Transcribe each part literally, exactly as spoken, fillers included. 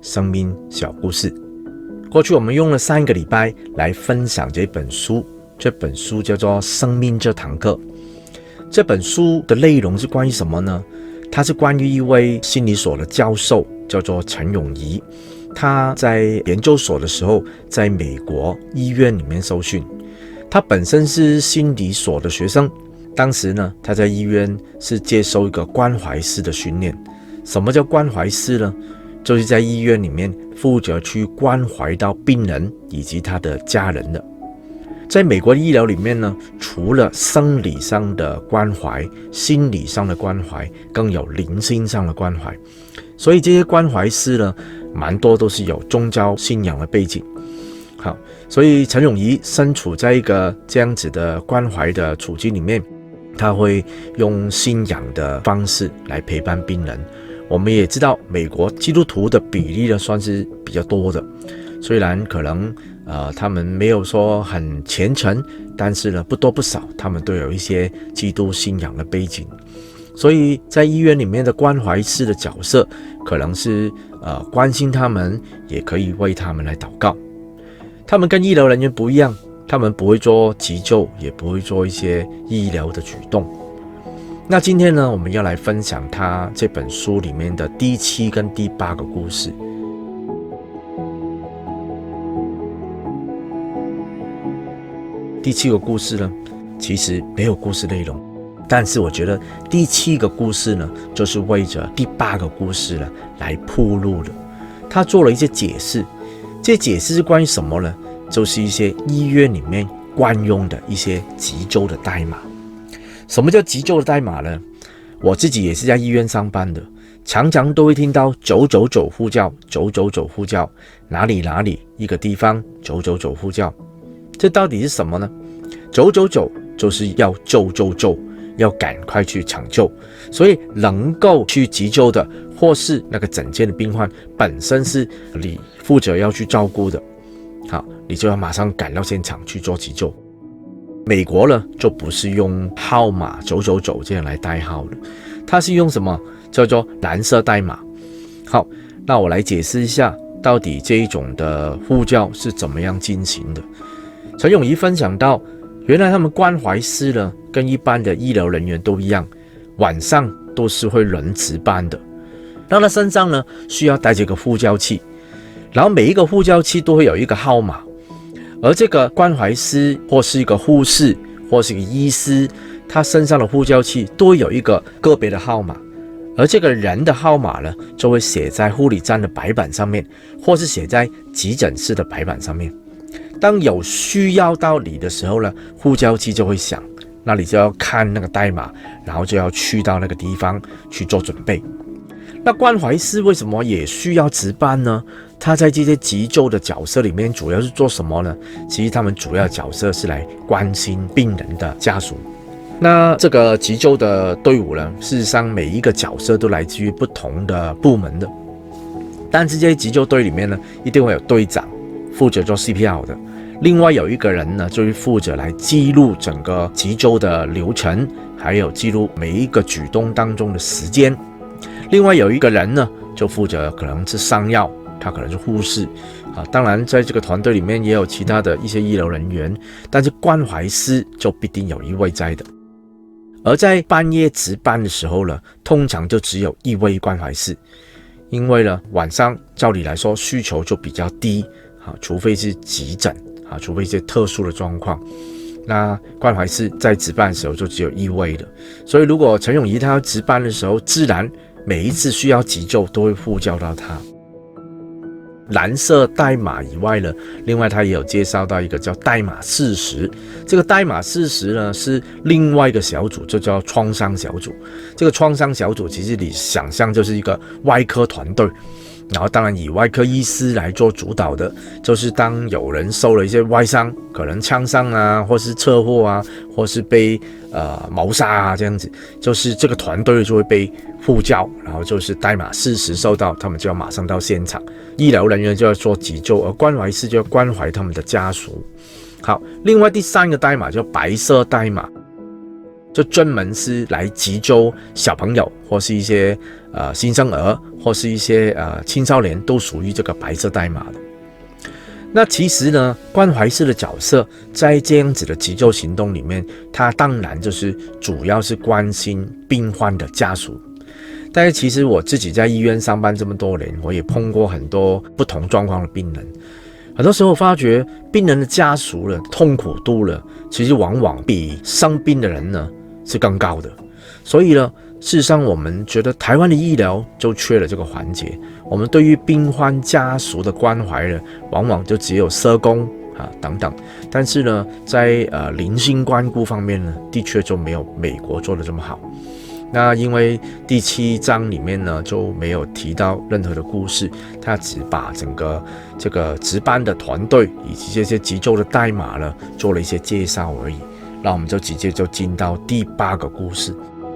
生命小故事。过去我们用了三个礼拜来分享这本书，这本书叫做《生命这堂课》。这本书的内容是关于什么呢？它是关于一位心理所的教授，叫做陈永仪。他在研究所的时候，在美国医院里面受训。他本身是心理所的学生，当时呢，他在医院是接受一个关怀师的训练。什么叫关怀师呢？就是在医院里面负责去关怀到病人以及他的家人的。在美国的医疗里面呢，除了生理上的关怀、心理上的关怀，更有灵性上的关怀。所以这些关怀师呢，蛮多都是有宗教信仰的背景。好，所以陈永仪身处在一个这样子的关怀的处境里面，他会用信仰的方式来陪伴病人。我们也知道，美国基督徒的比例呢，算是比较多的。虽然可能呃他们没有说很虔诚，但是呢不多不少，他们都有一些基督信仰的背景。所以在医院里面的关怀师的角色，可能是呃关心他们，也可以为他们来祷告。他们跟医疗人员不一样，他们不会做急救，也不会做一些医疗的举动。那今天呢，我们要来分享他这本书里面的第七跟第八个故事。第七个故事呢，其实没有故事内容，但是我觉得第七个故事呢，就是为着第八个故事呢来铺路的。他做了一些解释，这些解释是关于什么呢？就是一些医院里面惯用的一些急救的代码。什么叫急救的代码呢？我自己也是在医院上班的，常常都会听到九九九呼叫，九九九呼叫，哪里哪里一个地方九九九呼叫。这到底是什么呢？九九九就是要救救救，要赶快去抢救，所以能够去急救的，或是那个诊间的病患本身是你负责要去照顾的，好，你就要马上赶到现场去做急救。美国呢，就不是用号码九九九这样来代号的，它是用什么叫做蓝色代码。好，那我来解释一下，到底这一种的呼叫是怎么样进行的。陈永仪分享到，原来他们关怀师呢，跟一般的医疗人员都一样，晚上都是会轮值班的。那他身上呢，需要带这个呼叫器，然后每一个呼叫器都会有一个号码。而这个关怀师或是一个护士或是一个医师，他身上的呼叫器都有一个个别的号码，而这个人的号码呢，就会写在护理站的白板上面，或是写在急诊室的白板上面。当有需要到你的时候呢，呼叫器就会响，那你就要看那个代码，然后就要去到那个地方去做准备。那关怀师为什么也需要值班呢？他在这些急救的角色里面主要是做什么呢？其实他们主要的角色是来关心病人的家属。那这个急救的队伍呢，事实上每一个角色都来自于不同的部门的，但是这些急救队里面呢，一定会有队长负责做 C P R 的，另外有一个人呢，就是负责来记录整个急救的流程，还有记录每一个举动当中的时间。另外有一个人呢，就负责可能是上药，他可能是护士啊。当然在这个团队里面也有其他的一些医疗人员，但是关怀师就必定有一位在的。而在半夜值班的时候呢，通常就只有一位关怀师，因为呢晚上照理来说需求就比较低啊，除非是急诊啊，除非一些特殊的状况。那关怀师在值班的时候就只有一位了，所以如果陈永仪他要值班的时候，自然每一次需要急救都会呼叫到他。蓝色代码以外呢，另外他也有介绍到一个叫代码四十，这个代码四十呢是另外一个小组，就叫创伤小组。这个创伤小组其实你想象就是一个外科团队，然后当然以外科医师来做主导的，就是当有人受了一些外伤，可能枪伤啊，或是车祸啊，或是被呃谋杀啊这样子，就是这个团队就会被呼叫，然后就是代码四十收到，他们就要马上到现场，医疗人员就要做急救，而关怀师就要关怀他们的家属。好，另外第三个代码叫白色代码， 就专门是来急救小朋友或是一些呃新生儿或是一些呃青少年，都属于这个白色代码的。那其实呢，关怀师的角色在这样子的急救行动里面，他当然就是主要是关心病患的家属。但是其实我自己在医院上班这么多年，我也碰过很多不同状况的病人。很多时候发觉病人的家属的痛苦度呢，其实往往比生病的人呢是更高的。所以呢，事实上我们觉得台湾的医疗就缺了这个环节。我们对于病患家属的关怀呢，往往就只有社工啊等等。但是呢，在呃灵性关顾方面呢，的确就没有美国做的这么好。那因为第七章里面呢就没有提到任何的故事，他只把整个这个值班的团队以及这些急救的代码呢做了一些介绍而已。那我们就直接就进到第八个故事。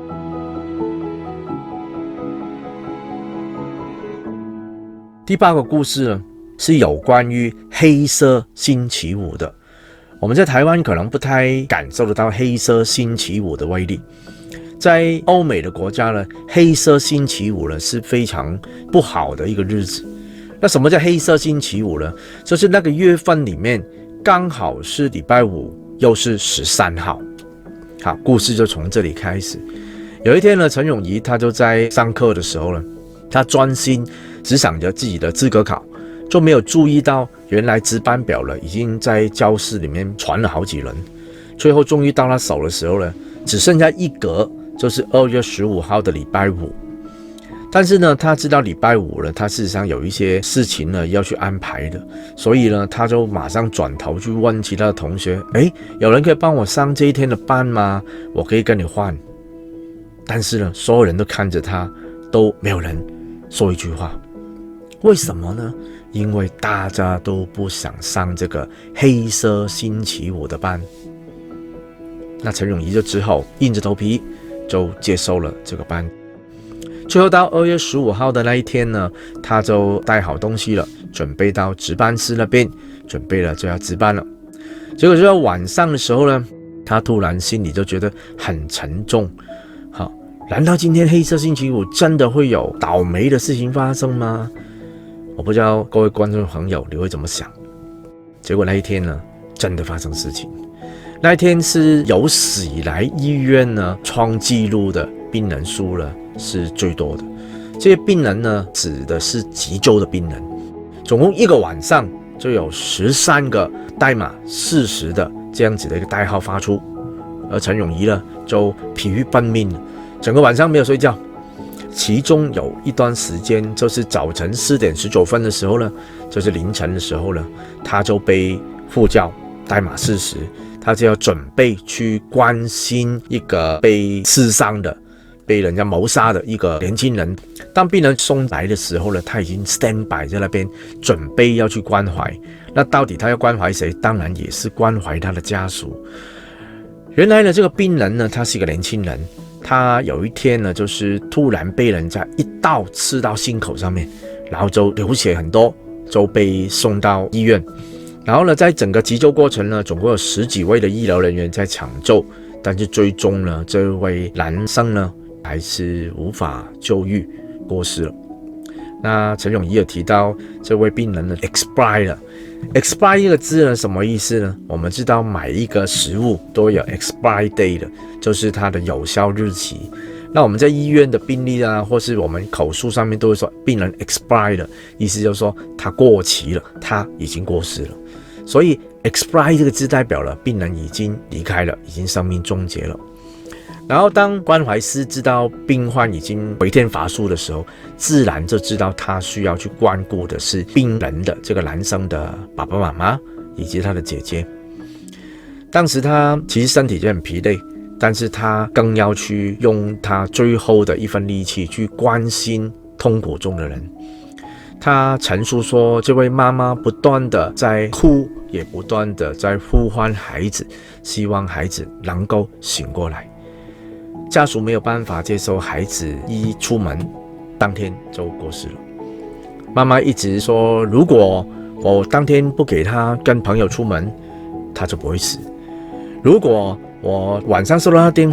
第八个故事呢是有关于黑色星期五的。我们在台湾可能不太感受得到黑色星期五的威力。在欧美的国家呢，黑色星期五呢是非常不好的一个日子。那什么叫黑色星期五呢？就是那个月份里面刚好是礼拜五，又是十三号。好，故事就从这里开始。有一天呢，陈永仪他就在上课的时候呢，他专心只想着自己的资格考，就没有注意到原来值班表了已经在教室里面传了好几轮，最后终于到他手的时候呢，只剩下一格，就是二月十五号的礼拜五。但是呢，他知道礼拜五呢，他事实上有一些事情呢要去安排的，所以呢，他就马上转头去问其他的同学：诶，有人可以帮我上这一天的班吗？我可以跟你换。但是呢，所有人都看着他，都没有人说一句话。为什么呢？因为大家都不想上这个黑色星期五的班。那陈永仪就只好硬着头皮就接受了这个班。最后到二月十五号的那一天呢，他就带好东西了，准备到值班室那边，准备了就要值班了。结果就在晚上的时候呢，他突然心里就觉得很沉重。好，难道今天黑色星期五真的会有倒霉的事情发生吗？我不知道各位观众朋友你会怎么想。结果那一天呢，真的发生事情。那一天是有史以来医院呢创纪录的病人数了是最多的。这些病人呢指的是急救的病人，总共一个晚上就有十三个代码四十的这样子的一个代号发出，而陈永仪呢就疲于奔命，整个晚上没有睡觉。其中有一段时间就是早晨四点十九分的时候呢，就是凌晨的时候呢，他就被呼叫代码四十。他就要准备去关心一个被刺伤的、被人家谋杀的一个年轻人。当病人送来的时候呢，他已经 stand by 在那边，准备要去关怀。那到底他要关怀谁？当然也是关怀他的家属。原来呢，这个病人呢，他是一个年轻人，他有一天呢，就是突然被人家一刀刺到心口上面，然后就流血很多，就被送到医院。然后呢，在整个急救过程呢，总共有十几位的医疗人员在抢救，但是最终呢，这位男生呢还是无法救愈，过世了。那陈永仪有提到这位病人呢 expire 了 ，expire 这个字呢什么意思呢？我们知道买一个食物都有 expire date 的，就是它的有效日期。那我们在医院的病历啊，或是我们口述上面都会说病人 expire 了，意思就是说他过期了，他已经过世了。所以 expire 这个字代表了病人已经离开了，已经生命终结了。然后当关怀师知道病患已经回天乏术的时候，自然就知道他需要去关顾的是病人的这个男生的爸爸妈妈以及他的姐姐。当时他其实身体就很疲累，但是他更要去用他最后的一份力气去关心痛苦中的人。他陈述说，这位妈妈不断的在哭，也不断的在呼唤孩子，希望孩子能够醒过来。家属没有办法接受孩子一出门当天就过世了。妈妈一直说，如果我当天不给他跟朋友出门，他就不会死。如果我晚上收到他电话，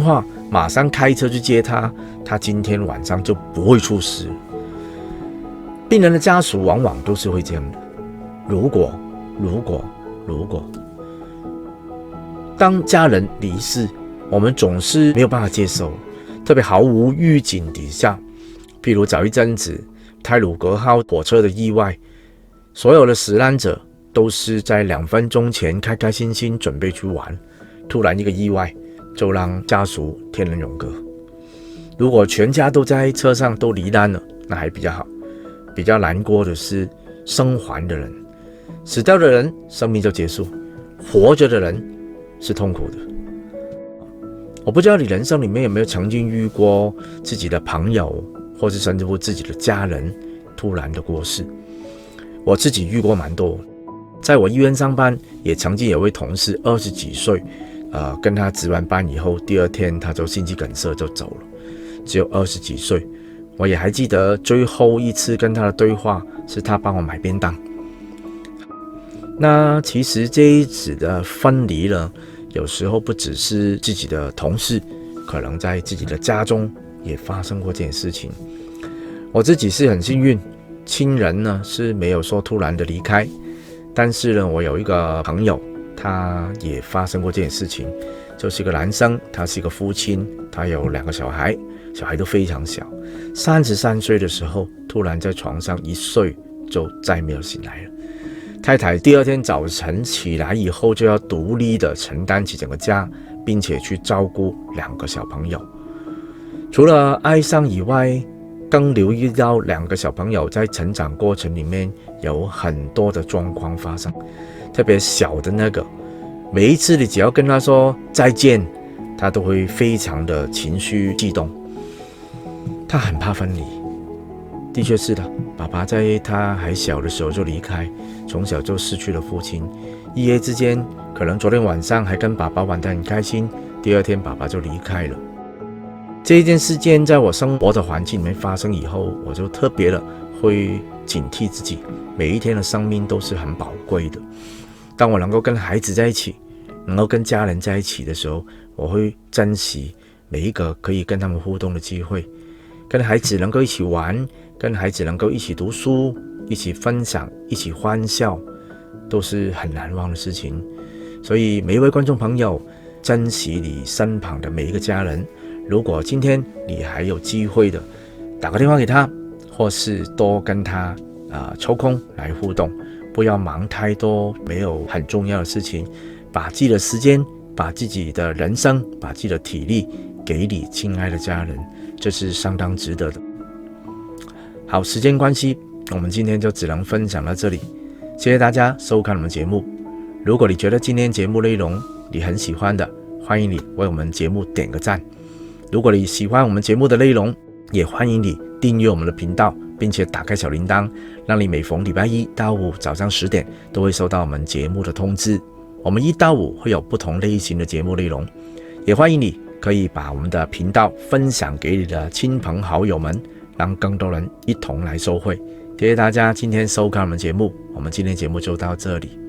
马上开车去接他，他今天晚上就不会出事。病人的家属往往都是会这样的。如果如果如果当家人离世，我们总是没有办法接受，特别毫无预警底下，譬如早一阵子太鲁阁号火车的意外，所有的死难者都是在两分钟前开开心心准备去玩，突然一个意外就让家属天人永隔。如果全家都在车上都罹难了，那还比较好。比较难过的是生还的人，死掉的人生命就结束，活着的人是痛苦的。我不知道你人生里面有没有曾经遇过自己的朋友，或是甚至乎自己的家人突然的过世。我自己遇过蛮多，在我医院上班，也曾经有位同事二十几岁，呃，跟他值完班以后，第二天他就心肌梗塞就走了，只有二十几岁。我也还记得最后一次跟他的对话，是他帮我买便当。那其实这一次的分离呢，有时候不只是自己的同事，可能在自己的家中也发生过这件事情。我自己是很幸运，亲人呢是没有说突然的离开，但是呢，我有一个朋友，他也发生过这件事情，就是一个男生，他是一个父亲，他有两个小孩，小孩都非常小，三十三岁的时候，突然在床上一睡就再没有醒来了。太太第二天早晨起来以后，就要独立的承担起整个家，并且去照顾两个小朋友。除了哀伤以外，更留意到两个小朋友在成长过程里面有很多的状况发生。特别小的那个，每一次你只要跟他说再见，他都会非常的情绪激动，他很怕分离。的确是的，爸爸在他还小的时候就离开，从小就失去了父亲，一夜之间，可能昨天晚上还跟爸爸玩得很开心，第二天爸爸就离开了。这一件事件在我生活的环境里面发生以后，我就特别的会警惕自己，每一天的生命都是很宝贵的。当我能够跟孩子在一起，能够跟家人在一起的时候，我会珍惜每一个可以跟他们互动的机会，跟孩子能够一起玩，跟孩子能够一起读书，一起分享，一起欢笑，都是很难忘的事情。所以每一位观众朋友，珍惜你身旁的每一个家人。如果今天你还有机会的，打个电话给他，或是多跟他、呃、抽空来互动，不要忙太多没有很重要的事情，把自己的时间，把自己的人生，把自己的体力给你亲爱的家人，这是相当值得的。好，时间关系，我们今天就只能分享到这里，谢谢大家收看我们节目。如果你觉得今天节目内容你很喜欢的，欢迎你为我们节目点个赞。如果你喜欢我们节目的内容，也欢迎你订阅我们的频道，并且打开小铃铛，让你每逢礼拜一到五早上十点都会收到我们节目的通知。我们一到五会有不同类型的节目内容，也欢迎你可以把我们的频道分享给你的亲朋好友们，让更多人一同来收获。谢谢大家今天收看我们节目，我们今天节目就到这里。